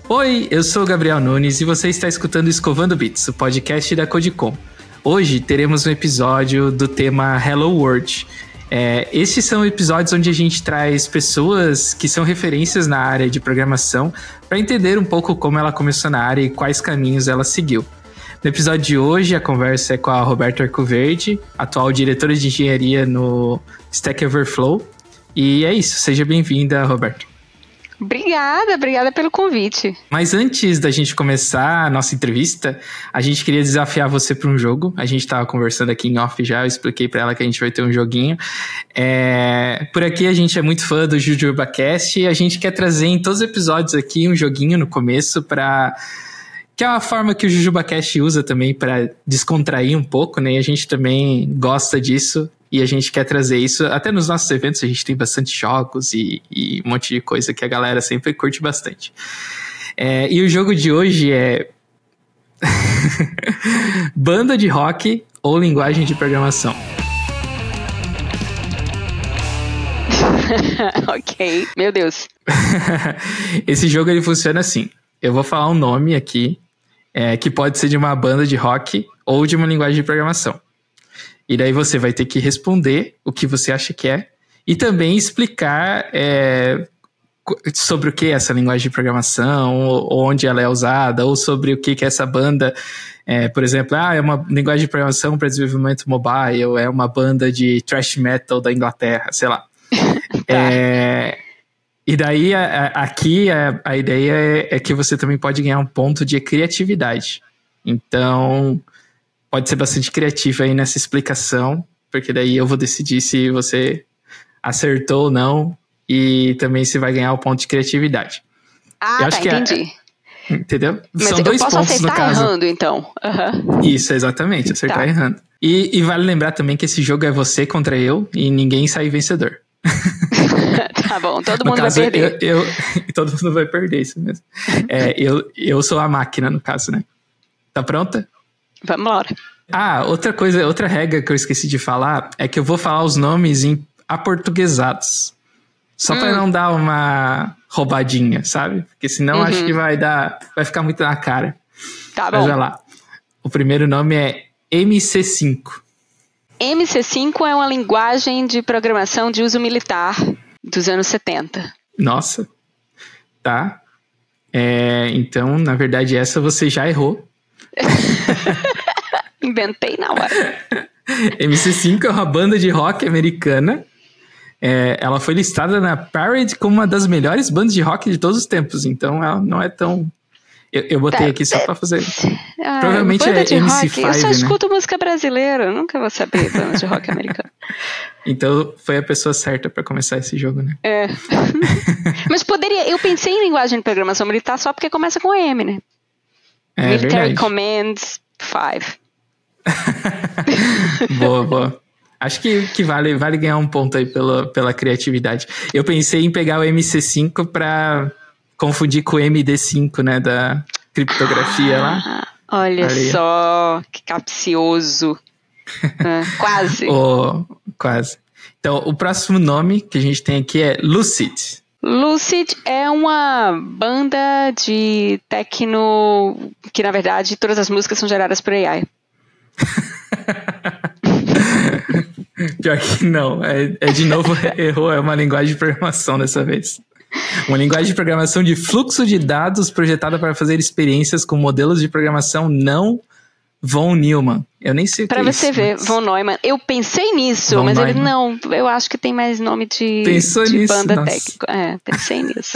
Oi, eu sou o Gabriel Nunes e você está escutando Escovando Bits, o podcast da Codecom. Hoje teremos um episódio do tema Hello World. Estes são episódios onde a gente traz pessoas que são referências na área de programação para entender um pouco como ela começou na área e quais caminhos ela seguiu. No episódio de hoje, a conversa é com a Roberta Arcoverde, atual diretora de engenharia no Stack Overflow. E é isso, seja bem-vinda, Roberta. Obrigada pelo convite. Mas antes da gente começar a nossa entrevista, a gente queria desafiar você para um jogo. A gente estava conversando aqui em off já, eu expliquei para ela que a gente vai ter um joguinho. Por aqui a gente é muito fã do JujubaCast e a gente quer trazer em todos os episódios aqui um joguinho no começo que é uma forma que o JujubaCast usa também para descontrair um pouco, né? E a gente também gosta disso. E a gente quer trazer isso, até nos nossos eventos a gente tem bastante jogos e um monte de coisa que a galera sempre curte bastante. E o jogo de hoje é banda de rock ou linguagem de programação. Ok, meu Deus. Esse jogo ele funciona assim, eu vou falar um nome aqui, que pode ser de uma banda de rock ou de uma linguagem de programação. E daí você vai ter que responder o que você acha que é e também explicar sobre o que é essa linguagem de programação, ou onde ela é usada, ou sobre o que é essa banda. Por exemplo, é uma linguagem de programação para desenvolvimento mobile, é uma banda de thrash metal da Inglaterra, sei lá. E daí aqui a ideia é que você também pode ganhar um ponto de criatividade. Então pode ser bastante criativo aí nessa explicação, porque daí eu vou decidir se você acertou ou não, e também se vai ganhar o ponto de criatividade. Eu acho que entendi. Entendeu? Mas são eu dois posso pontos no caso. Errando, então. Uhum. Isso, exatamente, acertar errando. E vale lembrar também que esse jogo é você contra eu, e ninguém sai vencedor. Tá bom, todo mundo vai perder. Todo mundo vai perder, isso mesmo. Eu sou a máquina, no caso, né? Tá pronta? Vamos lá. Outra regra que eu esqueci de falar é que eu vou falar os nomes em aportuguesados. Só pra não dar uma roubadinha, sabe? Porque senão acho que vai ficar muito na cara. Tá bom. Mas vai lá. O primeiro nome é MC5. MC5 é uma linguagem de programação de uso militar dos anos 70. Nossa. Tá. Então, na verdade, essa você já errou. Inventei na hora. MC5 é uma banda de rock americana. Ela foi listada na Parade como uma das melhores bandas de rock de todos os tempos. Então ela não é tão... Eu botei aqui só pra fazer... Provavelmente é MC5, eu só né? escuto música brasileira. Eu nunca vou saber banda de rock americano. Então foi a pessoa certa pra começar esse jogo, né? Mas eu pensei em linguagem de programação militar só porque começa com M, né? Military verdade. Commands 5. Boa. Acho que vale ganhar um ponto aí pela criatividade. Eu pensei em pegar o MC5 pra confundir com o MD5, né? Da criptografia lá. Olha só, que capcioso. Quase. Quase. Então, o próximo nome que a gente tem aqui é Lucid. Lucid é uma banda de techno que, na verdade, todas as músicas são geradas por AI. Pior que não. De novo, errou. É uma linguagem de programação dessa vez. Uma linguagem de programação de fluxo de dados projetada para fazer experiências com modelos de programação não von Neumann. Eu nem sei o que é isso. Pra você ver, von Neumann. Eu pensei nisso, mas ele não. Eu acho que tem mais nome de banda técnica. Pensei nisso.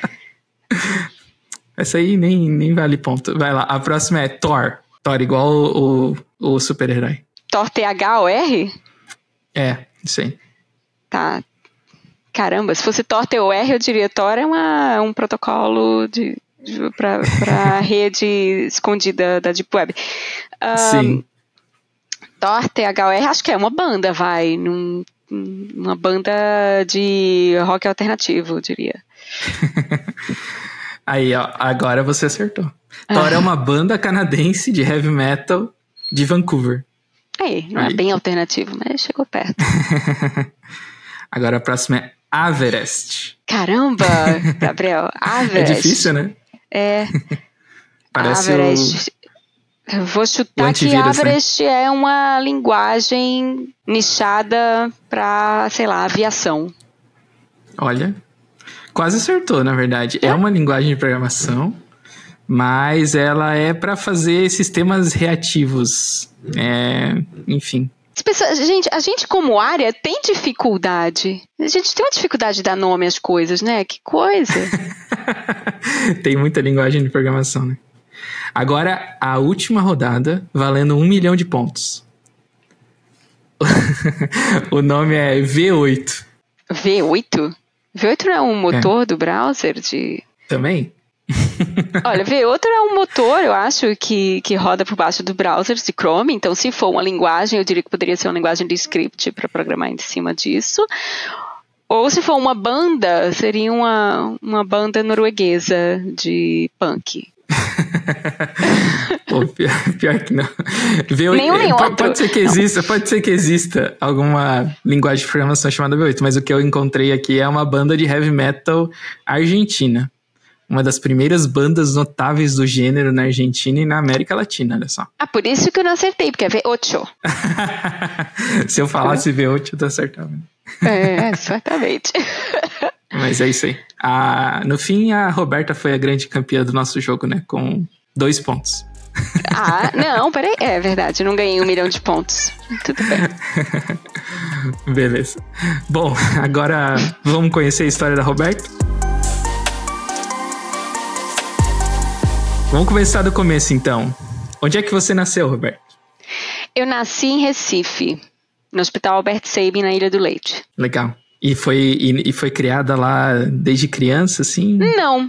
Essa aí nem vale ponto. Vai lá. A próxima é Thor. Thor, igual o super-herói. Thor, T-H-O-R? Isso aí. Tá. Caramba, se fosse Thor, T-O-R, eu diria Thor é um protocolo pra rede escondida da Deep Web. Sim. Thor, T-H-O-R, acho que é uma banda, uma banda de rock alternativo, eu diria. Aí, ó, agora você acertou. Thor é uma banda canadense de heavy metal de Vancouver. Não é bem alternativo, mas chegou perto. Agora a próxima é Everest. Caramba, Gabriel, Everest. É difícil, né? Parece Averest. Vou chutar que Averest, né? É uma linguagem nichada para, sei lá, aviação. Olha, quase acertou, na verdade. É uma linguagem de programação, mas ela é para fazer sistemas reativos. Enfim. A gente como área tem dificuldade. A gente tem uma dificuldade de dar nome às coisas, né? Que coisa. Tem muita linguagem de programação, né? Agora, a última rodada, valendo 1 milhão de pontos. O nome é V8. V8? V8 não é um motor do browser de... Também? Olha, V8 é um motor, eu acho, que roda por baixo do browser de Chrome. Então, se for uma linguagem, eu diria que poderia ser uma linguagem de script para programar em cima disso. Ou se for uma banda, seria uma banda norueguesa de punk. Pô, pior que não. Nem outro. Pode ser que exista alguma linguagem de programação chamada V8, mas o que eu encontrei aqui é uma banda de heavy metal argentina. Uma das primeiras bandas notáveis do gênero na Argentina e na América Latina, olha só. Por isso que eu não acertei, porque é V8. Se eu falasse V8, eu acertava. Exatamente. Mas é isso aí. No fim, a Roberta foi a grande campeã do nosso jogo, né? Com 2 pontos. Não, peraí. É verdade, eu não ganhei 1 milhão de pontos. Tudo bem. Beleza. Bom, agora vamos conhecer a história da Roberta? Vamos começar do começo, então. Onde é que você nasceu, Roberta? Eu nasci em Recife, no Hospital Albert Sabin, na Ilha do Leite. Legal. E foi criada lá desde criança, assim? Não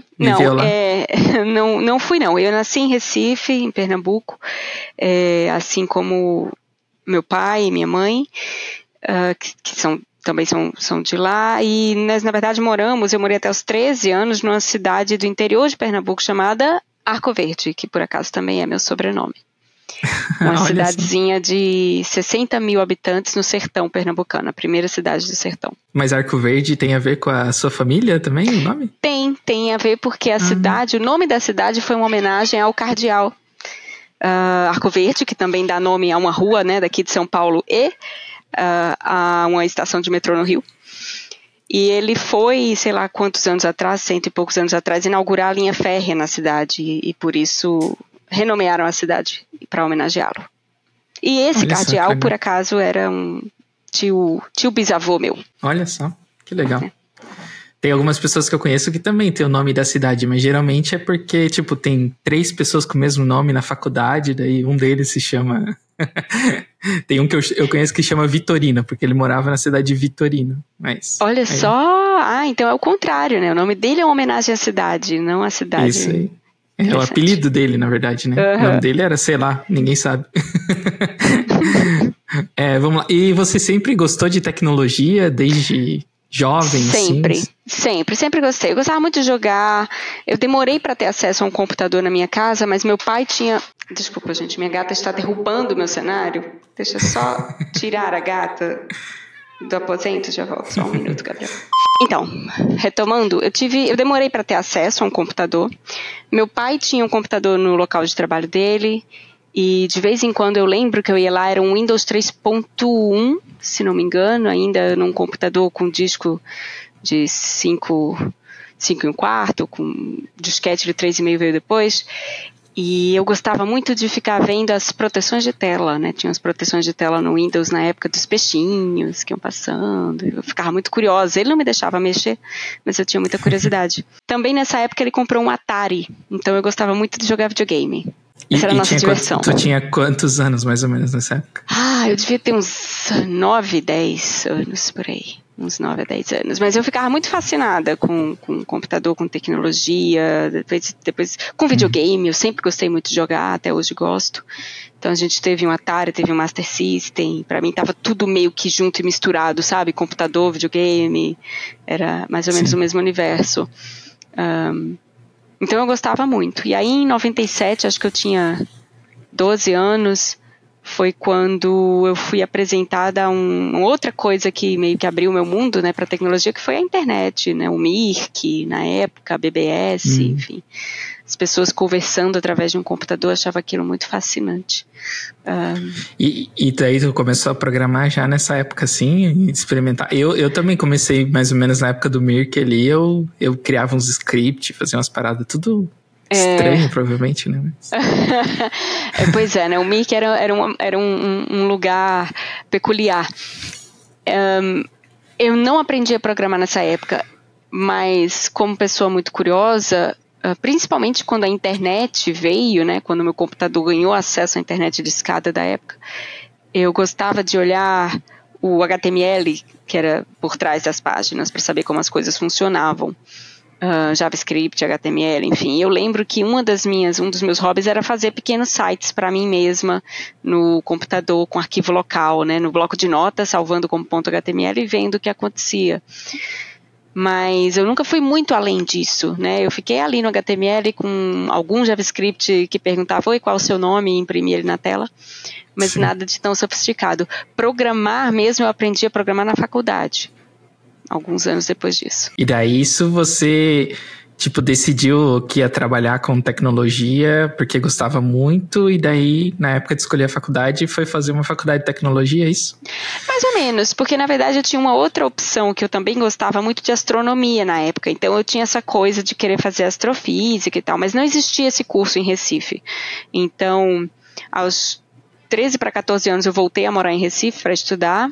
fui não. Eu nasci em Recife, em Pernambuco, assim como meu pai e minha mãe, que também são de lá, e nós, na verdade, eu morei até os 13 anos numa cidade do interior de Pernambuco chamada Arco Verde, que por acaso também é meu sobrenome. Uma cidadezinha de 60 mil habitantes no sertão pernambucano, a primeira cidade do sertão. Mas Arco Verde tem a ver com a sua família também, o nome? Tem a ver porque o nome da cidade foi uma homenagem ao cardeal Arco Verde, que também dá nome a uma rua, né, daqui de São Paulo e a uma estação de metrô no Rio. E ele foi, sei lá quantos anos atrás, 100 e poucos anos atrás, inaugurar a linha férrea na cidade e por isso renomearam a cidade para homenageá-lo. E esse cardeal, por acaso, era um tio bisavô meu. Olha só, que legal. Tem algumas pessoas que eu conheço que também tem o nome da cidade, mas geralmente é porque, tipo, tem 3 pessoas com o mesmo nome na faculdade, daí um deles se chama... Tem um que eu conheço que chama Vitorino, porque ele morava na cidade de Vitorino. Mas, olha só! Então é o contrário, né? O nome dele é uma homenagem à cidade, não à cidade. Isso aí. É o apelido dele, na verdade, né? O nome dele era, sei lá, ninguém sabe. Vamos lá. E você sempre gostou de tecnologia desde jovem? Sempre gostei. Eu gostava muito de jogar. Eu demorei para ter acesso a um computador na minha casa, mas meu pai tinha... Desculpa, gente, minha gata está derrubando o meu cenário. Deixa eu só tirar a gata do aposento, já volto. Só um minuto, Gabriel. Então, retomando, eu demorei para ter acesso a um computador. Meu pai tinha um computador no local de trabalho dele e de vez em quando eu lembro que eu ia lá, era um Windows 3.1, se não me engano, ainda num computador com disco de 5 e 1/4, com disquete de 3,5 veio depois. E eu gostava muito de ficar vendo as proteções de tela, né? Tinha as proteções de tela no Windows na época dos peixinhos que iam passando. Eu ficava muito curiosa. Ele não me deixava mexer, mas eu tinha muita curiosidade. Também nessa época ele comprou um Atari, então eu gostava muito de jogar videogame. Essa era a nossa diversão. Tu tinha quantos anos, mais ou menos, nessa época? Eu devia ter uns 9, 10 anos, por aí. Uns 9 a 10 anos. Mas eu ficava muito fascinada com computador, com tecnologia, depois com videogame. Eu sempre gostei muito de jogar, até hoje gosto. Então a gente teve um Atari, teve um Master System. Pra mim tava tudo meio que junto e misturado, sabe? Computador, videogame. Era mais ou menos o mesmo universo. Então eu gostava muito. E aí em 97, acho que eu tinha 12 anos, foi quando eu fui apresentada a uma outra coisa que meio que abriu o meu mundo, né, para tecnologia, que foi a internet, né, o Mirk, na época, a BBS, enfim. as pessoas conversando através de um computador, eu achava aquilo muito fascinante. E daí tu começou a programar já nessa época, assim, experimentar? Eu também comecei mais ou menos na época do Mirk ali, eu criava uns scripts, fazia umas paradas, tudo estranho, provavelmente, né? Pois é, né? O Mirk era um lugar peculiar. Eu não aprendi a programar nessa época, mas como pessoa muito curiosa, principalmente quando a internet veio, né, quando meu computador ganhou acesso à internet de escada da época, eu gostava de olhar o HTML, que era por trás das páginas, para saber como as coisas funcionavam. JavaScript, HTML, enfim. Eu lembro que um dos meus hobbies era fazer pequenos sites para mim mesma no computador com arquivo local, né, no bloco de notas, salvando como .html e vendo o que acontecia. Mas eu nunca fui muito além disso, né? Eu fiquei ali no HTML com algum JavaScript que perguntava, oi, qual é o seu nome? E imprimia ele na tela, mas Sim. Nada de tão sofisticado. Programar mesmo, eu aprendi a programar na faculdade, alguns anos depois disso. E daí isso você, decidiu que ia trabalhar com tecnologia porque gostava muito e daí, na época de escolher a faculdade, foi fazer uma faculdade de tecnologia, é isso? Mais ou menos, porque na verdade eu tinha uma outra opção que eu também gostava muito de astronomia na época, então eu tinha essa coisa de querer fazer astrofísica e tal, mas não existia esse curso em Recife. Então, aos 13 para 14 anos eu voltei a morar em Recife para estudar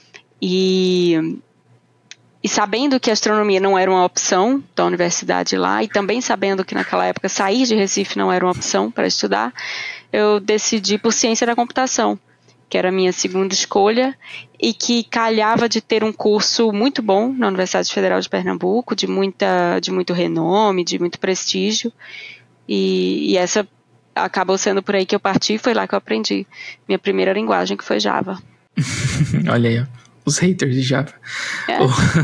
e sabendo que a astronomia não era uma opção da universidade lá, e também sabendo que naquela época sair de Recife não era uma opção para estudar, eu decidi por ciência da computação, que era a minha segunda escolha, e que calhava de ter um curso muito bom na Universidade Federal de Pernambuco, de muito renome, de muito prestígio, e essa acabou sendo por aí que eu parti, e foi lá que eu aprendi minha primeira linguagem, que foi Java. Olha aí, ó. Os haters de Java. É.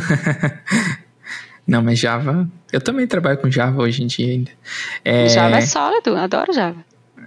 Não, mas Java... Eu também trabalho com Java hoje em dia ainda. Java é sólido, adoro Java.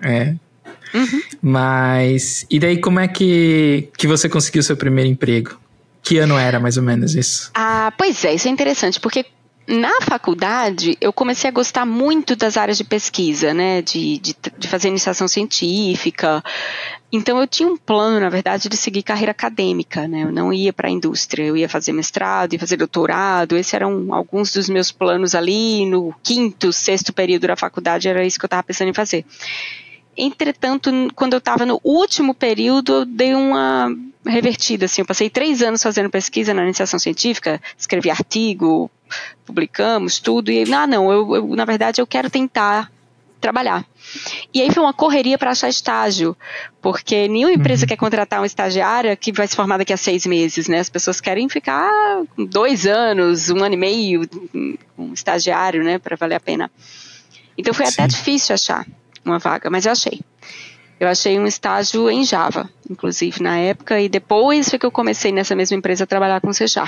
Uhum. Mas... E daí, como é que você conseguiu seu primeiro emprego? Que ano era, mais ou menos, isso? Pois é, isso é interessante, porque na faculdade eu comecei a gostar muito das áreas de pesquisa, né, de fazer iniciação científica. Então eu tinha um plano, na verdade, de seguir carreira acadêmica, né, eu não ia para a indústria, eu ia fazer mestrado, ia fazer doutorado, esses eram alguns dos meus planos ali no 5º, 6º período da faculdade, era isso que eu estava pensando em fazer. Entretanto, quando eu estava no último período, eu dei uma revertida, assim, eu passei 3 anos fazendo pesquisa na iniciação científica, escrevi artigo, publicamos tudo, e eu na verdade eu quero tentar trabalhar. E aí foi uma correria para achar estágio, porque nenhuma empresa quer contratar uma estagiária que vai se formar daqui a 6 meses, né? As pessoas querem ficar 2 anos, 1 ano e meio com um estagiário, né, para valer a pena. Então foi até difícil achar uma vaga, mas eu achei. Eu achei um estágio em Java, inclusive, na época, e depois foi que eu comecei nessa mesma empresa a trabalhar com C#.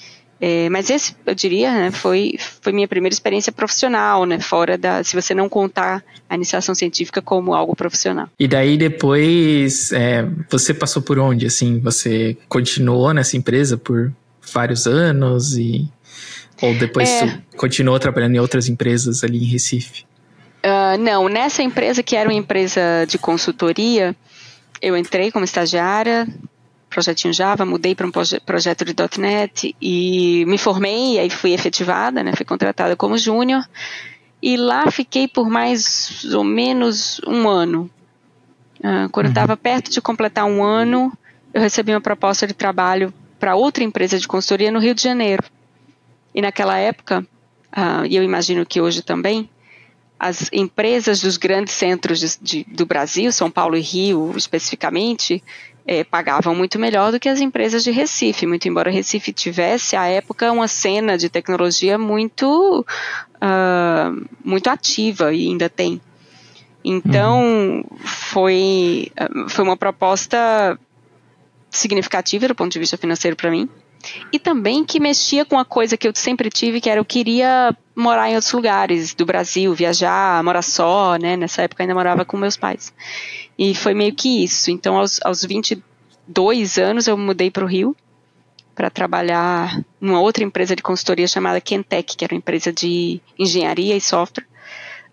Mas esse, eu diria, né, foi minha primeira experiência profissional, né, se você não contar a iniciação científica como algo profissional. E daí depois, você passou por onde, assim? Você continuou nessa empresa por vários anos ou depois tu continuou trabalhando em outras empresas ali em Recife? Não, nessa empresa que era uma empresa de consultoria, eu entrei como estagiária, projetinho Java, mudei para um projeto de .NET e me formei, e aí fui efetivada, né, fui contratada como júnior, e lá fiquei por mais ou menos 1 ano. Quando eu estava perto de completar 1 ano, eu recebi uma proposta de trabalho para outra empresa de consultoria no Rio de Janeiro. E naquela época, e eu imagino que hoje também, as empresas dos grandes centros do Brasil, São Paulo e Rio especificamente, pagavam muito melhor do que as empresas de Recife, muito embora Recife tivesse, à época, uma cena de tecnologia muito ativa, e ainda tem. Então, foi uma proposta significativa do ponto de vista financeiro para mim, e também que mexia com a coisa que eu sempre tive, que era eu queria morar em outros lugares do Brasil, viajar, morar só, né? Nessa época eu ainda morava com meus pais. E foi meio que isso. Então, aos 22 anos, eu mudei para o Rio para trabalhar numa outra empresa de consultoria chamada Kentech, que era uma empresa de engenharia e software.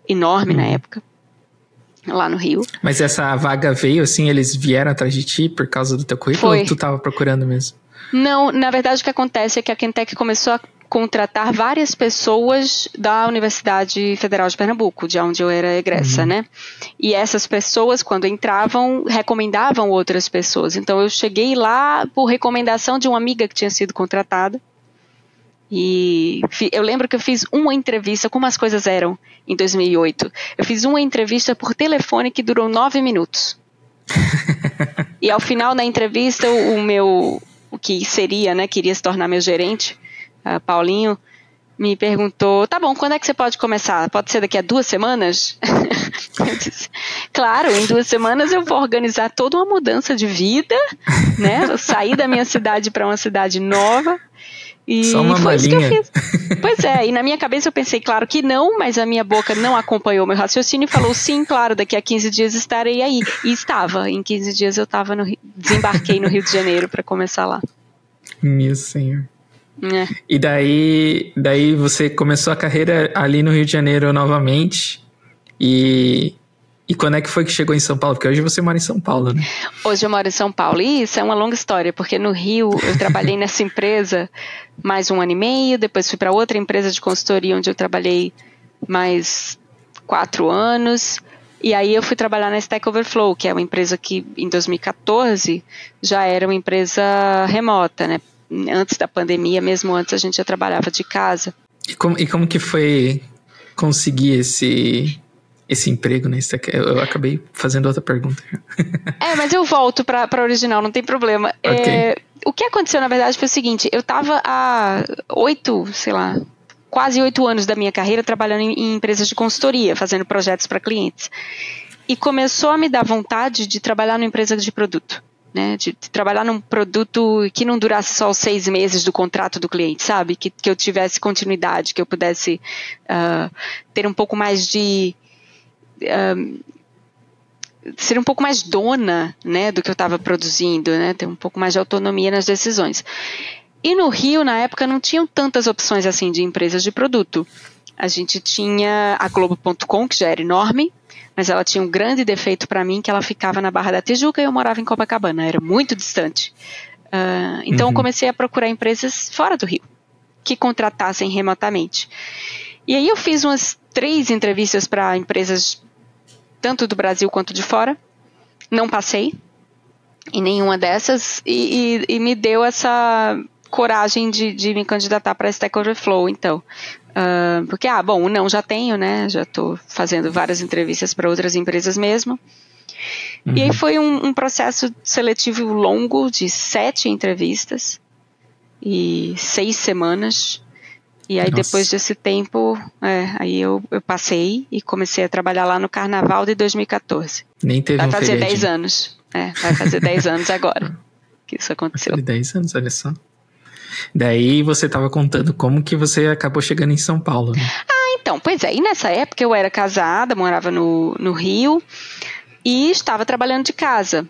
enorme na época, lá no Rio. Mas essa vaga veio, assim, eles vieram atrás de ti por causa do teu currículo ou tu estava procurando mesmo? Não, na verdade o que acontece é que a Quentech começou a contratar várias pessoas da Universidade Federal de Pernambuco, de onde eu era egressa, né? E essas pessoas, quando entravam, recomendavam outras pessoas. Então eu cheguei lá por recomendação de uma amiga que tinha sido contratada. E eu lembro que eu fiz uma entrevista, como as coisas eram em 2008. Eu fiz uma entrevista por telefone que durou 9 minutos. E ao final da entrevista, o que seria, né, queria se tornar meu gerente, Paulinho, me perguntou, tá bom, quando é que você pode começar? Pode ser daqui a 2 semanas? Eu disse, claro, em 2 semanas eu vou organizar toda uma mudança de vida, né? Eu saí da minha cidade para uma cidade nova. E só uma foi isso malinha. que eu fiz. Pois é, e na minha cabeça eu pensei, claro que não, mas a minha boca não acompanhou meu raciocínio e falou, sim, claro, daqui a 15 dias estarei aí. E estava, em 15 dias eu estava desembarquei no Rio de Janeiro para começar lá. Meu senhor. É. E daí você começou a carreira ali no Rio de Janeiro novamente. E quando é que foi que chegou em São Paulo? Porque hoje você mora em São Paulo, né? Hoje eu moro em São Paulo. E isso é uma longa história, porque no Rio eu trabalhei nessa empresa mais 1 ano e meio, depois fui para outra empresa de consultoria onde eu trabalhei mais 4 anos. E aí eu fui trabalhar na Stack Overflow, que é uma empresa que em 2014 já era uma empresa remota, né? Antes da pandemia, mesmo antes a gente já trabalhava de casa. E como que foi conseguir esse emprego, né? Eu acabei fazendo outra pergunta. Mas eu volto para original, não tem problema. Okay. O que aconteceu, na verdade, foi o seguinte, eu estava há quase 8 anos da minha carreira trabalhando em empresas de consultoria, fazendo projetos para clientes. E começou a me dar vontade de trabalhar numa empresa de produto. Né, de trabalhar num produto que não durasse só os 6 meses do contrato do cliente, sabe? Que eu tivesse continuidade, que eu pudesse ter um pouco mais de... ser um pouco mais dona, né, do que eu estava produzindo, né? Ter um pouco mais de autonomia nas decisões. E no Rio, na época, não tinham tantas opções assim de empresas de produto. A gente tinha a Globo.com, que já era enorme, mas ela tinha um grande defeito para mim, que ela ficava na Barra da Tijuca e eu morava em Copacabana, era muito distante. Então eu comecei a procurar empresas fora do Rio, que contratassem remotamente. E aí eu fiz umas 3 entrevistas para empresas, tanto do Brasil quanto de fora, não passei em nenhuma dessas, e me deu essa coragem de me candidatar para a Stack Overflow, então. Porque, o não já tenho, né? Já estou fazendo várias entrevistas para outras empresas mesmo. E aí foi um processo seletivo longo de 7 entrevistas e 6 semanas. E aí depois desse tempo, aí eu passei e comecei a trabalhar lá no Carnaval de 2014. Nem teve vai um fazer feriadinho. 10 anos. Vai fazer 10 anos agora que isso aconteceu. Vai fazer 10 anos, olha só. Daí você estava contando como que você acabou chegando em São Paulo, né? Então, pois é. E nessa época eu era casada, morava no Rio e estava trabalhando de casa.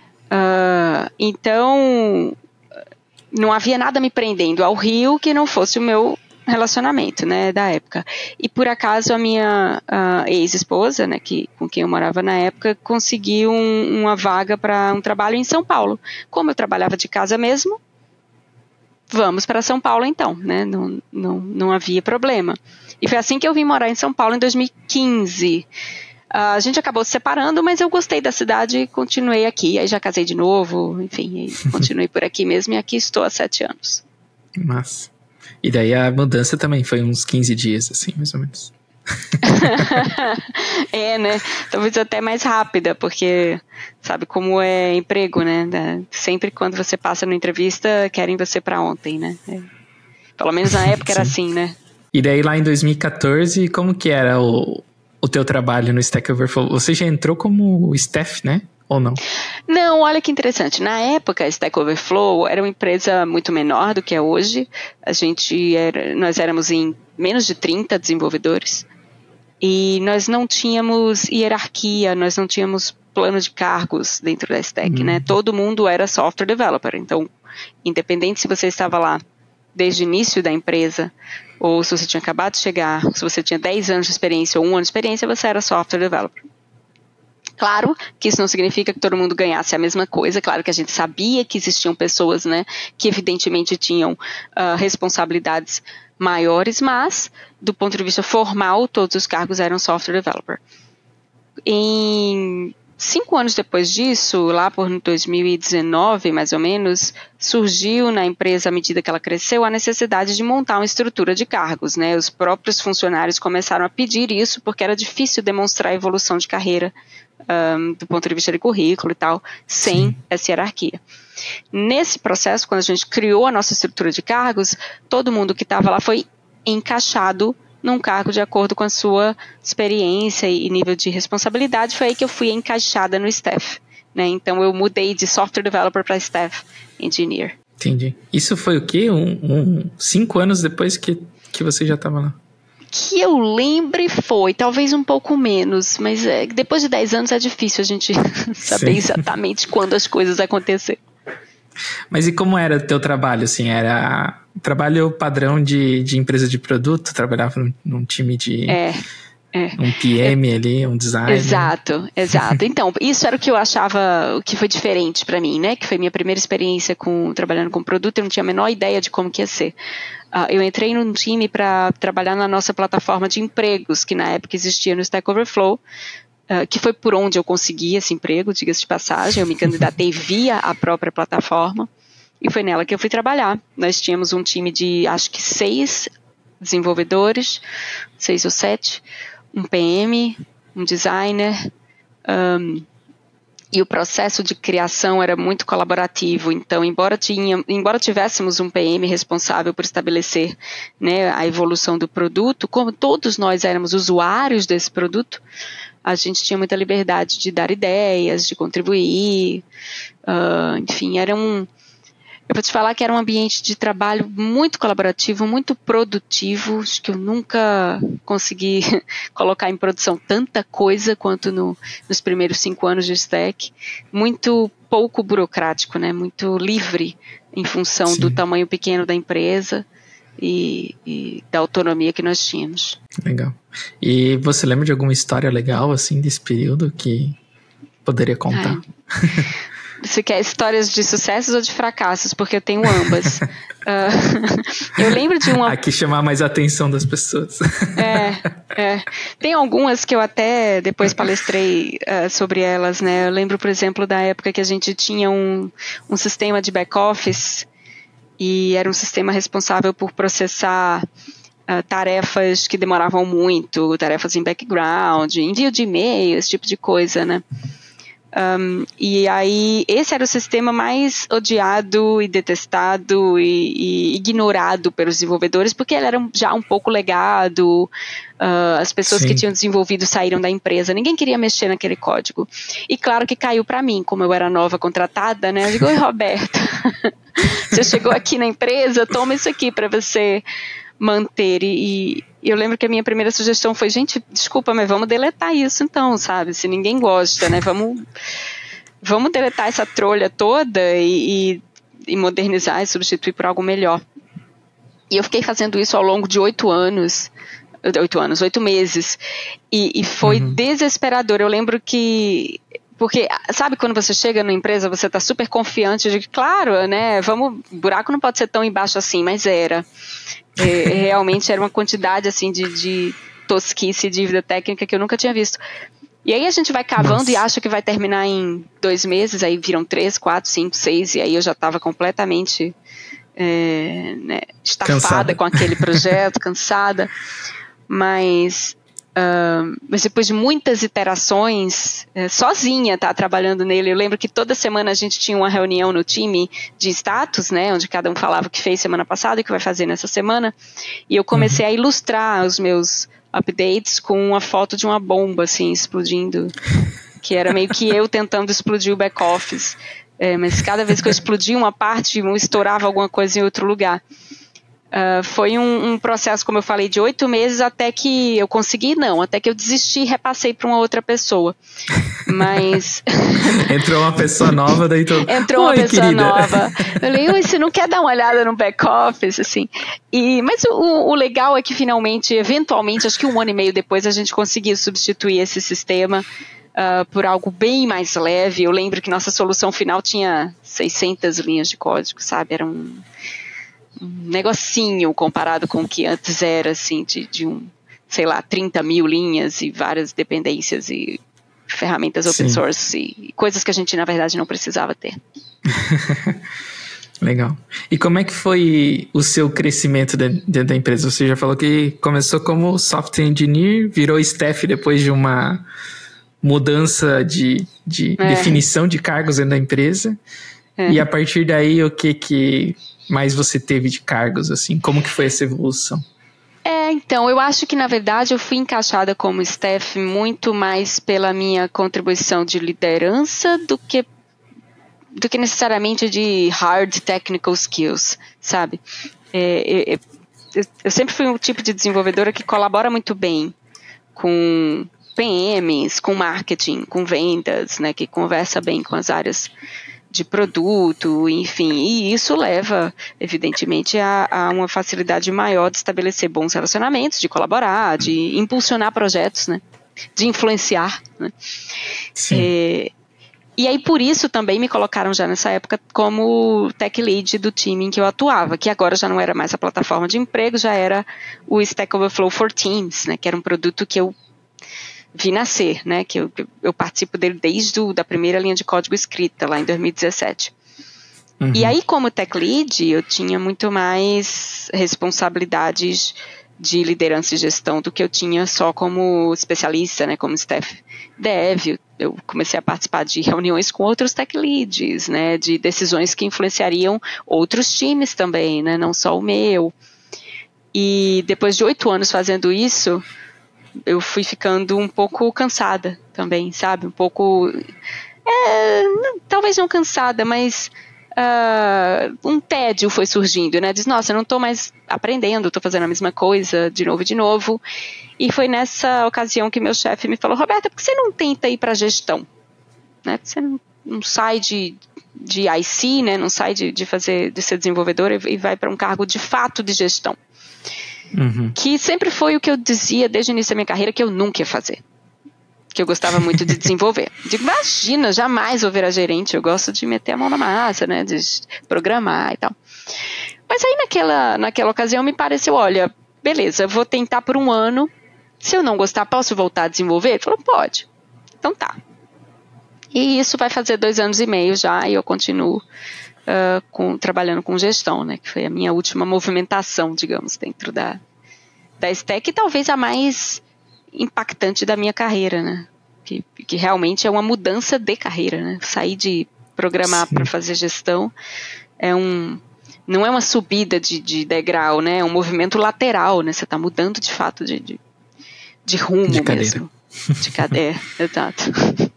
Então, não havia nada me prendendo ao Rio que não fosse o meu relacionamento, né, da época. E por acaso a minha ex-esposa, né, com quem eu morava na época, conseguiu uma vaga para um trabalho em São Paulo. Como eu trabalhava de casa mesmo, vamos para São Paulo então, né? Não havia problema. E foi assim que eu vim morar em São Paulo em 2015. A gente acabou se separando, mas eu gostei da cidade e continuei aqui. Aí já casei de novo, enfim, continuei por aqui mesmo e aqui estou há 7 anos. Massa. E daí a mudança também foi uns 15 dias, assim, mais ou menos. Né? Talvez até mais rápida, porque sabe como é emprego, né? Sempre quando você passa numa entrevista, querem você pra ontem, né? Pelo menos na época era assim, né? E daí lá em 2014, como que era o teu trabalho no Stack Overflow? Você já entrou como staff, né? Ou não? Não, olha que interessante. Na época, a Stack Overflow era uma empresa muito menor do que é hoje. Nós éramos em menos de 30 desenvolvedores. E nós não tínhamos hierarquia, nós não tínhamos plano de cargos dentro da Stack, né? Todo mundo era software developer. Então, independente se você estava lá desde o início da empresa, ou se você tinha acabado de chegar, se você tinha 10 anos de experiência ou 1 ano de experiência, você era software developer. Claro que isso não significa que todo mundo ganhasse a mesma coisa, claro que a gente sabia que existiam pessoas, né, que evidentemente tinham responsabilidades maiores, mas do ponto de vista formal, todos os cargos eram software developer. Em 5 anos depois disso, lá por 2019, mais ou menos, surgiu na empresa, à medida que ela cresceu, a necessidade de montar uma estrutura de cargos, né? Os próprios funcionários começaram a pedir isso porque era difícil demonstrar evolução de carreira do ponto de vista de currículo e tal, sem essa hierarquia. Nesse processo, quando a gente criou a nossa estrutura de cargos, todo mundo que estava lá foi encaixado num cargo de acordo com a sua experiência e nível de responsabilidade. Foi aí que eu fui encaixada no staff, né? Então eu mudei de software developer para staff engineer. Entendi. Isso foi o quê? 5 anos depois que você já estava lá? Que eu lembre foi, talvez um pouco menos, mas depois de 10 anos é difícil a gente saber exatamente quando as coisas aconteceram. Mas e como era o teu trabalho, assim? Era trabalho padrão de empresa de produto? Trabalhava num time de... um PM ali, um designer. Exato. Então, isso era o que eu achava que foi diferente para mim, né? Que foi minha primeira experiência trabalhando com produto, eu não tinha a menor ideia de como que ia ser. Eu entrei num time para trabalhar na nossa plataforma de empregos, que na época existia no Stack Overflow, que foi por onde eu consegui esse emprego, diga-se de passagem. Eu me candidatei via a própria plataforma e foi nela que eu fui trabalhar. Nós tínhamos um time de, acho que 6 desenvolvedores, 6 ou 7, um PM, um designer, e o processo de criação era muito colaborativo. Então, embora tivéssemos um PM responsável por estabelecer, né, a evolução do produto, como todos nós éramos usuários desse produto, a gente tinha muita liberdade de dar ideias, de contribuir, enfim, eu vou te falar que era um ambiente de trabalho muito colaborativo, muito produtivo. Acho que eu nunca consegui colocar em produção tanta coisa quanto nos primeiros 5 anos de Stack. Muito pouco burocrático, né? Muito livre em função do tamanho pequeno da empresa e da autonomia que nós tínhamos. Legal. E você lembra de alguma história legal, assim, desse período que poderia contar? Você quer histórias de sucessos ou de fracassos? Porque eu tenho ambas. Eu lembro de uma... Aqui chamar mais a atenção das pessoas. Tem algumas que eu até depois palestrei sobre elas, né? Eu lembro, por exemplo, da época que a gente tinha um sistema de back-office e era um sistema responsável por processar tarefas que demoravam muito, tarefas em background, envio de e-mail, esse tipo de coisa, né? E aí, esse era o sistema mais odiado e detestado e ignorado pelos desenvolvedores, porque ele era já um pouco legado, as pessoas que tinham desenvolvido saíram da empresa, ninguém queria mexer naquele código. E claro que caiu para mim, como eu era nova contratada, né? Eu digo, oi, Roberta, você chegou aqui na empresa, toma isso aqui para você manter. E eu lembro que a minha primeira sugestão foi, gente, desculpa, mas vamos deletar isso então, sabe? Se ninguém gosta, né? Vamos deletar essa trolha toda e modernizar e substituir por algo melhor. E eu fiquei fazendo isso ao longo de 8 meses. E foi desesperador. Eu lembro que... Porque, sabe, quando você chega na empresa, você está super confiante de que, claro, né, o buraco não pode ser tão embaixo assim, mas era. Realmente era uma quantidade, assim, de tosquice e dívida técnica que eu nunca tinha visto. E aí a gente vai cavando e acha que vai terminar em 2 meses, aí viram 3, 4, 5, 6, e aí eu já estava completamente estafada com aquele projeto, cansada. Mas depois de muitas iterações, sozinha trabalhando nele, eu lembro que toda semana a gente tinha uma reunião no time de status, né, onde cada um falava o que fez semana passada e o que vai fazer nessa semana, e eu comecei a ilustrar os meus updates com uma foto de uma bomba, assim, explodindo, que era meio que eu tentando explodir o back-office, mas cada vez que eu explodia uma parte, estourava alguma coisa em outro lugar. Foi um processo, como eu falei, de 8 meses até que eu consegui, até que eu desisti e repassei para uma outra pessoa. Mas... Entrou uma pessoa nova, daí todo... Entrou uma pessoa querida. nova. Eu falei, você não quer dar uma olhada no back-office, assim? Mas o legal é que finalmente, eventualmente, acho que 1 ano e meio depois, a gente conseguiu substituir esse sistema por algo bem mais leve. Eu lembro que nossa solução final tinha 600 linhas de código, sabe? Era um negocinho comparado com o que antes era, assim, de 30 mil linhas e várias dependências e ferramentas open source e coisas que a gente, na verdade, não precisava ter. Legal. E como é que foi o seu crescimento dentro da empresa? Você já falou que começou como software engineer, virou staff depois de uma mudança de definição de cargos dentro da empresa. E a partir daí, o que mais você teve de cargos, assim? Como que foi essa evolução? Então, eu acho que, na verdade, eu fui encaixada como staff muito mais pela minha contribuição de liderança do que necessariamente de hard technical skills, sabe? Eu sempre fui um tipo de desenvolvedora que colabora muito bem com PMs, com marketing, com vendas, né? Que conversa bem com as áreas de produto, enfim, e isso leva, evidentemente, a uma facilidade maior de estabelecer bons relacionamentos, de colaborar, de impulsionar projetos, né? De influenciar, né? Sim. E aí, por isso, também me colocaram já nessa época como tech lead do time em que eu atuava, que agora já não era mais a plataforma de emprego, já era o Stack Overflow for Teams, né? Que era um produto que eu vi nascer, né, que eu participo dele desde da primeira linha de código escrita, lá em 2017. Uhum. E aí, como tech lead, eu tinha muito mais responsabilidades de liderança e gestão do que eu tinha só como especialista, né, como staff dev. Eu comecei a participar de reuniões com outros tech leads, né, de decisões que influenciariam outros times também, né, não só o meu. E depois de 8 anos fazendo isso, eu fui ficando um pouco cansada também, sabe? Um pouco... talvez não cansada, mas um tédio foi surgindo, né? Diz, nossa, eu não estou mais aprendendo, estou fazendo a mesma coisa de novo. E foi nessa ocasião que meu chefe me falou, Roberta, por que você não tenta ir para a gestão? Né? Por que você não sai de IC, né? Não sai de ser desenvolvedora e vai para um cargo de fato de gestão? Uhum. Que sempre foi o que eu dizia desde o início da minha carreira que eu nunca ia fazer, que eu gostava muito de desenvolver. Digo, imagina, jamais vou virar gerente, eu gosto de meter a mão na massa, né, de programar e tal. Mas aí naquela ocasião me pareceu, olha, beleza, eu vou tentar por 1 ano, se eu não gostar, posso voltar a desenvolver? Ele falou, pode. Então tá. E isso vai fazer 2 anos e meio já, e eu continuo trabalhando com gestão, né, que foi a minha última movimentação, digamos, dentro da Stack, e talvez a mais impactante da minha carreira, né, que realmente é uma mudança de carreira, né, sair de programar para fazer gestão não é uma subida de degrau, né, é um movimento lateral, né, você está mudando de fato de rumo de mesmo. De cadeira, exato.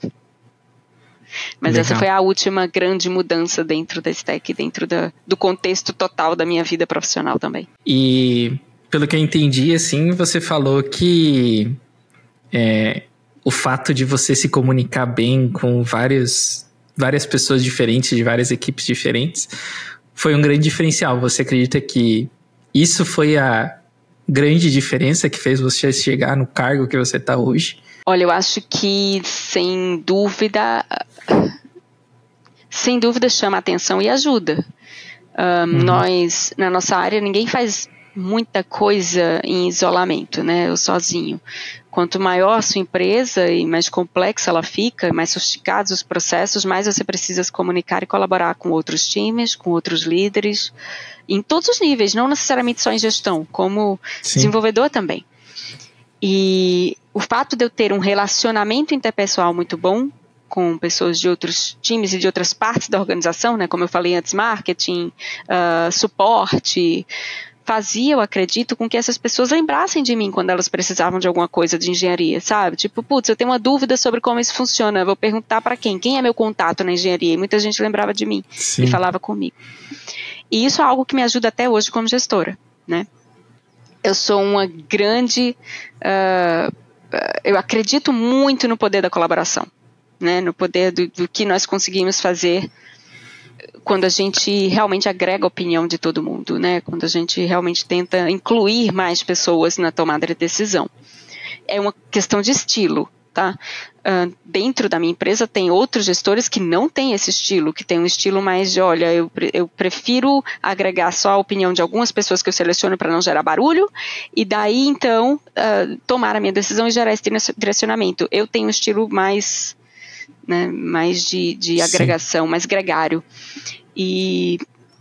Mas legal. Essa foi a última grande mudança dentro da Stack, dentro do contexto total da minha vida profissional também. E, pelo que eu entendi, assim, você falou que o fato de você se comunicar bem com várias pessoas diferentes, de várias equipes diferentes, foi um grande diferencial. Você acredita que isso foi a grande diferença que fez você chegar no cargo que você está hoje? Olha, eu acho que, sem dúvida chama atenção e ajuda. Nós, na nossa área, ninguém faz muita coisa em isolamento, né, ou sozinho. Quanto maior a sua empresa e mais complexa ela fica, mais sofisticados os processos, mais você precisa se comunicar e colaborar com outros times, com outros líderes, em todos os níveis, não necessariamente só em gestão, como desenvolvedor também. E o fato de eu ter um relacionamento interpessoal muito bom com pessoas de outros times e de outras partes da organização, né, como eu falei antes, marketing, suporte, fazia, eu acredito, com que essas pessoas lembrassem de mim quando elas precisavam de alguma coisa de engenharia, sabe? Tipo, putz, eu tenho uma dúvida sobre como isso funciona, eu vou perguntar para quem? Quem é meu contato na engenharia? E muita gente lembrava de mim e falava comigo. E isso é algo que me ajuda até hoje como gestora, né? Eu sou uma grande... eu acredito muito no poder da colaboração. né, no poder do que nós conseguimos fazer quando a gente realmente agrega a opinião de todo mundo, né, quando a gente realmente tenta incluir mais pessoas na tomada de decisão. É uma questão de estilo, tá? Dentro da minha empresa tem outros gestores que não têm esse estilo, que tem um estilo mais de, olha, eu prefiro agregar só a opinião de algumas pessoas que eu seleciono para não gerar barulho, e daí então tomar a minha decisão e gerar esse direcionamento. Eu tenho um estilo mais, né, mais de agregação, mais gregário. E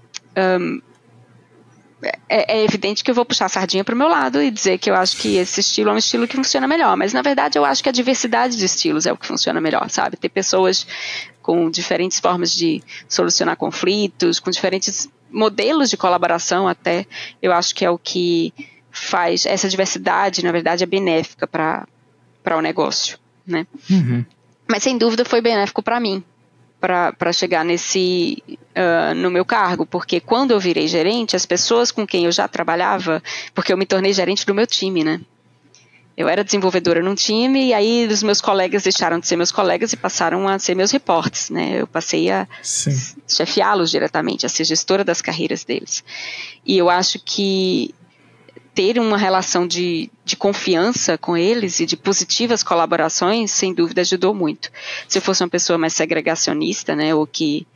é evidente que eu vou puxar a sardinha para o meu lado e dizer que eu acho que esse estilo é um estilo que funciona melhor, mas na verdade eu acho que a diversidade de estilos é o que funciona melhor, sabe? Ter pessoas com diferentes formas de solucionar conflitos, com diferentes modelos de colaboração até, eu acho que é o que faz, essa diversidade na verdade é benéfica para o negócio, né? Uhum. Mas sem dúvida foi benéfico para mim, para chegar no meu cargo, porque quando eu virei gerente, as pessoas com quem eu já trabalhava, porque eu me tornei gerente do meu time, né? Eu era desenvolvedora num time e aí os meus colegas deixaram de ser meus colegas e passaram a ser meus reportes, né? Eu passei a chefiá-los diretamente, a ser gestora das carreiras deles. E eu acho que ter uma relação de confiança com eles e de positivas colaborações, sem dúvida, ajudou muito. Se eu fosse uma pessoa mais segregacionista, né, ou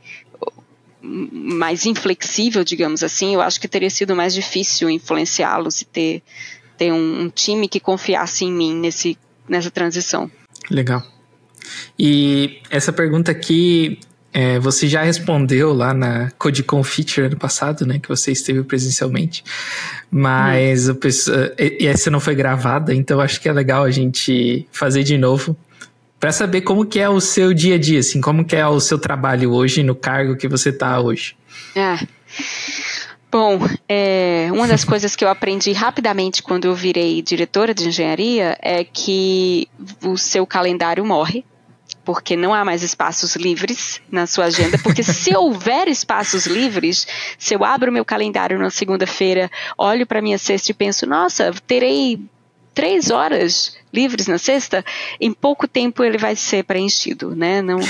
mais inflexível, digamos assim, eu acho que teria sido mais difícil influenciá-los e ter um time que confiasse em mim nessa transição. Legal. E essa pergunta aqui, você já respondeu lá na CodeCon Feature ano passado, né, que você esteve presencialmente, mas e essa não foi gravada, então acho que é legal a gente fazer de novo, para saber como que é o seu dia a dia, assim, como que é o seu trabalho hoje, no cargo que você está hoje. Bom, uma das coisas que eu aprendi rapidamente quando eu virei diretora de engenharia é que o seu calendário morre, porque não há mais espaços livres na sua agenda, porque se houver espaços livres, se eu abro meu calendário na segunda-feira, olho para minha sexta e penso, nossa, terei 3 horas livres na sexta, em pouco tempo ele vai ser preenchido, né? Não,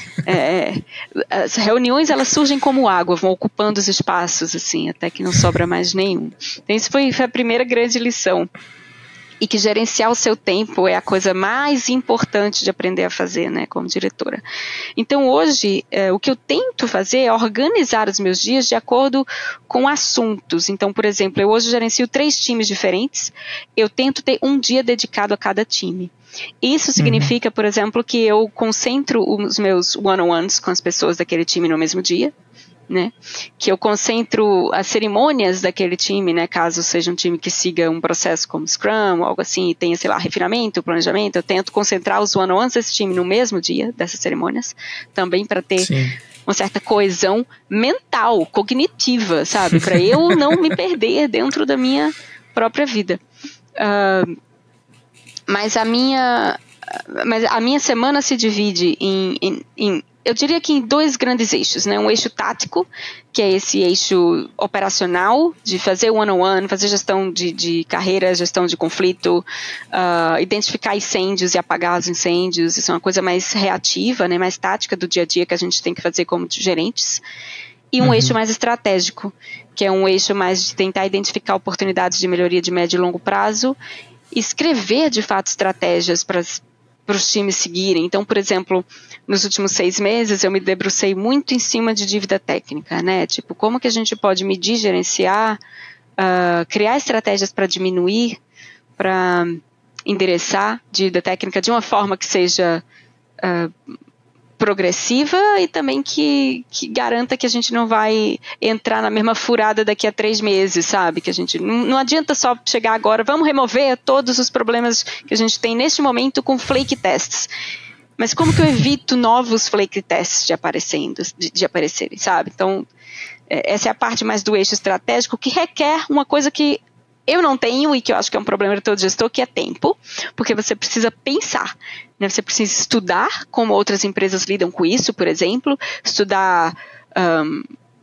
as reuniões, elas surgem como água, vão ocupando os espaços, assim, até que não sobra mais nenhum. Então, isso foi a primeira grande lição. E que gerenciar o seu tempo é a coisa mais importante de aprender a fazer, né, como diretora. Então, hoje, o que eu tento fazer é organizar os meus dias de acordo com assuntos. Então, por exemplo, eu hoje gerencio 3 times diferentes, eu tento ter um dia dedicado a cada time. Isso significa, por exemplo, que eu concentro os meus one-on-ones com as pessoas daquele time no mesmo dia, né? Que eu concentro as cerimônias daquele time, né? Caso seja um time que siga um processo como Scrum, algo assim, e tenha, sei lá, refinamento, planejamento, eu tento concentrar os one-on-ones desse time no mesmo dia dessas cerimônias, também para ter uma certa coesão mental, cognitiva, sabe? Para eu não me perder dentro da minha própria vida. Mas a minha semana se divide em eu diria que em 2 grandes eixos, né? Um eixo tático, que é esse eixo operacional, de fazer one-on-one, fazer gestão de carreira, gestão de conflito, identificar incêndios e apagar os incêndios. Isso é uma coisa mais reativa, né? Mais tática do dia a dia que a gente tem que fazer como gerentes. E um eixo mais estratégico, que é um eixo mais de tentar identificar oportunidades de melhoria de médio e longo prazo, escrever de fato estratégias para os times seguirem. Então, por exemplo, nos últimos 6 meses eu me debrucei muito em cima de dívida técnica, né? Tipo, como que a gente pode medir, gerenciar, criar estratégias para diminuir, para endereçar dívida técnica de uma forma que seja progressiva e também que garanta que a gente não vai entrar na mesma furada daqui a 3 meses, sabe? Que a gente não adianta só chegar agora, vamos remover todos os problemas que a gente tem neste momento com flake tests. Mas como que eu evito novos flake tests de aparecerem, sabe? Então, essa é a parte mais do eixo estratégico, que requer uma coisa que eu não tenho e que eu acho que é um problema de todo gestor, que é tempo, porque você precisa pensar, né? Você precisa estudar como outras empresas lidam com isso, por exemplo, estudar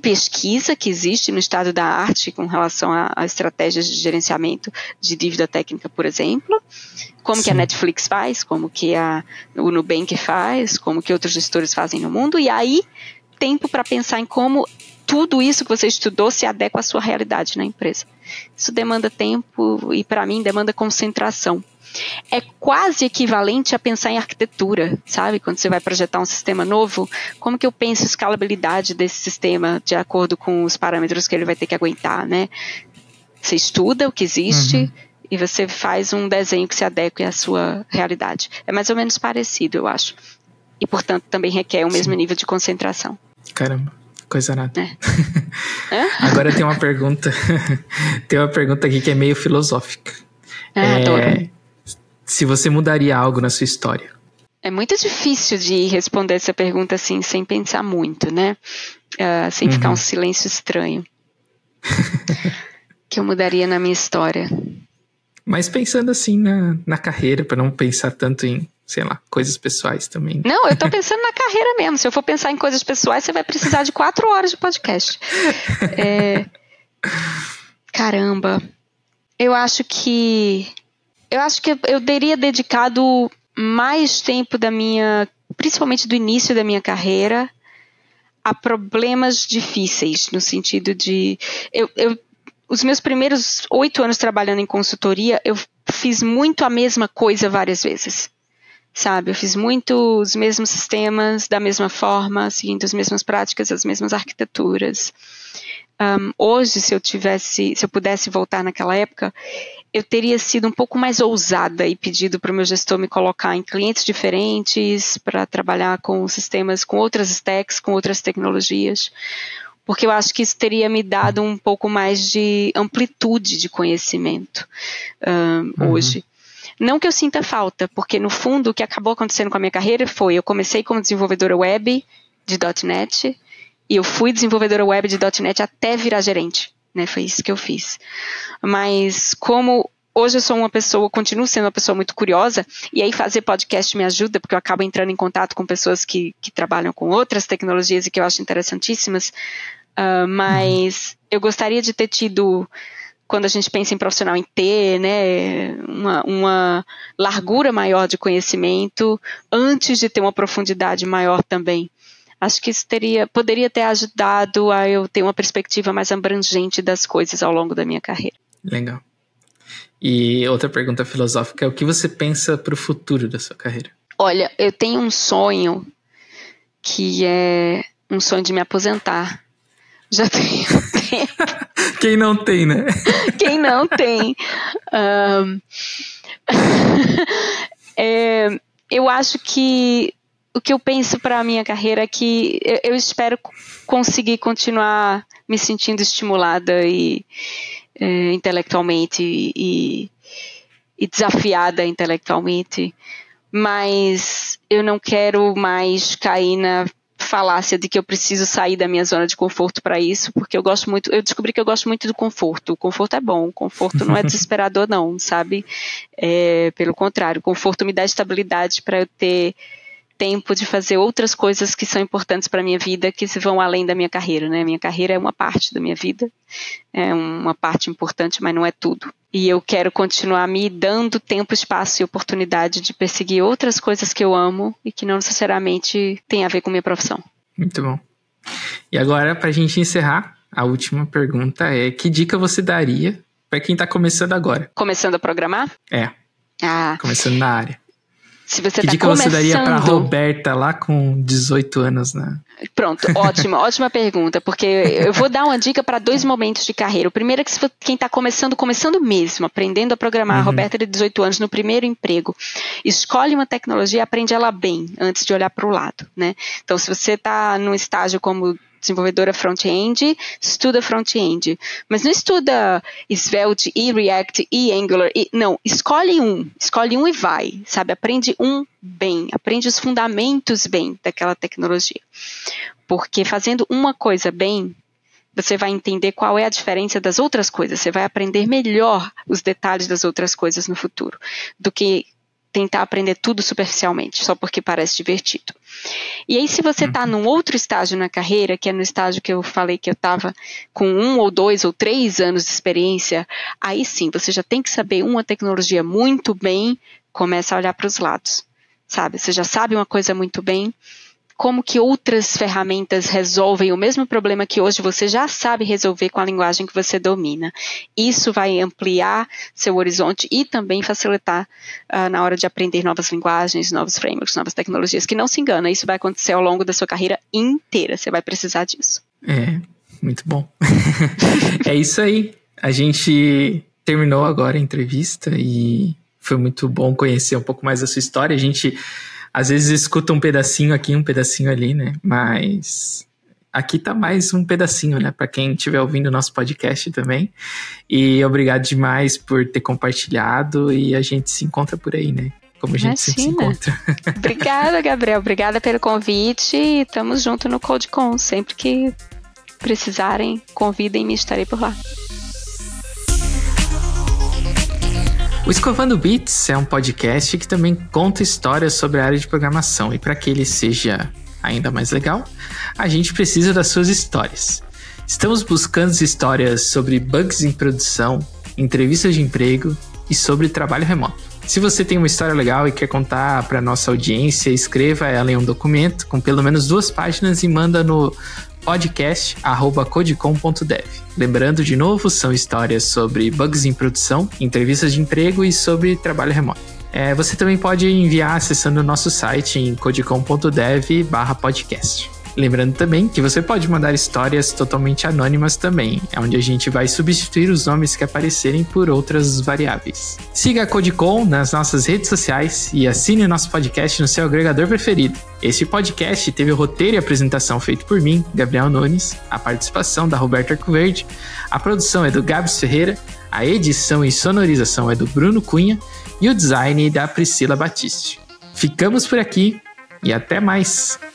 pesquisa que existe no estado da arte com relação a estratégias de gerenciamento de dívida técnica, por exemplo, como que a Netflix faz, como que o Nubank faz, como que outros gestores fazem no mundo, e aí tempo para pensar em como tudo isso que você estudou se adequa à sua realidade na empresa. Isso demanda tempo e, para mim, demanda concentração. É quase equivalente a pensar em arquitetura, sabe? Quando você vai projetar um sistema novo, como que eu penso a escalabilidade desse sistema de acordo com os parâmetros que ele vai ter que aguentar, né? Você estuda o que existe e você faz um desenho que se adeque à sua realidade. É mais ou menos parecido, eu acho. E, portanto, também requer o mesmo nível de concentração. Caramba, coisa nada. Agora tem uma pergunta. Tem uma pergunta aqui que é meio filosófica. Adoro. Se você mudaria algo na sua história? É muito difícil de responder essa pergunta assim, sem pensar muito, né? Sem ficar um silêncio estranho. Que eu mudaria na minha história. Mas pensando assim na carreira, para não pensar tanto em, sei lá, coisas pessoais também. Não, eu tô pensando na carreira mesmo. Se eu for pensar em coisas pessoais, você vai precisar de 4 horas de podcast. Caramba. Eu acho que eu teria dedicado mais tempo principalmente do início da minha carreira, a problemas difíceis, no sentido de... os meus primeiros 8 anos trabalhando em consultoria, eu fiz muito a mesma coisa várias vezes, sabe? Eu fiz muito os mesmos sistemas, da mesma forma, seguindo as mesmas práticas, as mesmas arquiteturas. Hoje, se eu pudesse voltar naquela época, eu teria sido um pouco mais ousada e pedido para o meu gestor me colocar em clientes diferentes, para trabalhar com sistemas, com outras stacks, com outras tecnologias, porque eu acho que isso teria me dado um pouco mais de amplitude de conhecimento hoje. Não que eu sinta falta, porque no fundo o que acabou acontecendo com a minha carreira foi, eu comecei como desenvolvedora web de .NET, e eu fui desenvolvedora web de .NET até virar gerente, né? Foi isso que eu fiz. Mas como hoje eu sou continuo sendo uma pessoa muito curiosa, e aí fazer podcast me ajuda, porque eu acabo entrando em contato com pessoas que trabalham com outras tecnologias e que eu acho interessantíssimas, mas eu gostaria de ter tido, quando a gente pensa em profissional em ter, né, uma largura maior de conhecimento, antes de ter uma profundidade maior também. Acho que isso poderia ter ajudado a eu ter uma perspectiva mais abrangente das coisas ao longo da minha carreira. Legal. E outra pergunta filosófica é: o que você pensa para o futuro da sua carreira? Olha, eu tenho um sonho que é um sonho de me aposentar. Já tenho tempo. Quem não tem, né? Quem não tem. Eu acho que o que eu penso para a minha carreira é que eu espero conseguir continuar me sentindo estimulada e intelectualmente e desafiada intelectualmente, mas eu não quero mais cair na falácia de que eu preciso sair da minha zona de conforto para isso, porque eu descobri que eu gosto muito do conforto. O conforto é bom, o conforto não é desesperador não, sabe? Pelo contrário, o conforto me dá estabilidade para eu ter tempo de fazer outras coisas que são importantes para a minha vida, que vão além da minha carreira, né? Minha carreira é uma parte da minha vida, é uma parte importante, mas não é tudo. E eu quero continuar me dando tempo, espaço e oportunidade de perseguir outras coisas que eu amo e que não necessariamente têm a ver com minha profissão. Muito bom. E agora, para a gente encerrar, a última pergunta é: que dica você daria para quem está começando agora? Começando a programar? Começando na área. Se você que dica você daria para Roberta lá com 18 anos, né? Pronto, ótima pergunta, porque eu vou dar uma dica para 2 momentos de carreira. O primeiro é que quem está começando mesmo, aprendendo a programar, a Roberta de 18 anos, no primeiro emprego, escolhe uma tecnologia e aprende ela bem, antes de olhar para o lado, né? Então, se você está num estágio como desenvolvedora front-end, estuda front-end. Mas não estuda Svelte e React e Angular. Não, escolhe um e vai, sabe? Aprende um bem, aprende os fundamentos bem daquela tecnologia. Porque fazendo uma coisa bem, você vai entender qual é a diferença das outras coisas. Você vai aprender melhor os detalhes das outras coisas no futuro, do que tentar aprender tudo superficialmente, só porque parece divertido. E aí, se você está num outro estágio na carreira, que é no estágio que eu falei que eu estava com 1 ou 2 ou 3 anos de experiência, aí sim, você já tem que saber uma tecnologia muito bem, começa a olhar para os lados, sabe? Você já sabe uma coisa muito bem, como que outras ferramentas resolvem o mesmo problema que hoje você já sabe resolver com a linguagem que você domina. Isso vai ampliar seu horizonte e também facilitar na hora de aprender novas linguagens, novos frameworks, novas tecnologias, que não se engana, isso vai acontecer ao longo da sua carreira inteira, você vai precisar disso. Muito bom. É isso aí, a gente terminou agora a entrevista e foi muito bom conhecer um pouco mais da sua história. A gente às vezes escuta um pedacinho aqui, um pedacinho ali, né? Mas aqui tá mais um pedacinho, né? Para quem estiver ouvindo o nosso podcast também. E obrigado demais por ter compartilhado e a gente se encontra por aí, né? Como a gente sempre se encontra. Obrigada, Gabriel. Obrigada pelo convite e estamos juntos no CodeCon. Sempre que precisarem, convidem-me, estarei por lá. O Escovando Bits é um podcast que também conta histórias sobre a área de programação e para que ele seja ainda mais legal, a gente precisa das suas histórias. Estamos buscando histórias sobre bugs em produção, entrevistas de emprego e sobre trabalho remoto. Se você tem uma história legal e quer contar para nossa audiência, escreva ela em um documento com pelo menos 2 páginas e manda no podcast@codecom.dev. Lembrando de novo, são histórias sobre bugs em produção, entrevistas de emprego e sobre trabalho remoto. Você também pode enviar acessando o nosso site em codecom.dev/podcast. Lembrando também que você pode mandar histórias totalmente anônimas também, onde a gente vai substituir os nomes que aparecerem por outras variáveis. Siga a Codecom nas nossas redes sociais e assine o nosso podcast no seu agregador preferido. Este podcast teve o roteiro e apresentação feito por mim, Gabriel Nunes, a participação da Roberta Arcoverde, a produção é do Gabs Ferreira, a edição e sonorização é do Bruno Cunha e o design da Priscila Batiste. Ficamos por aqui e até mais!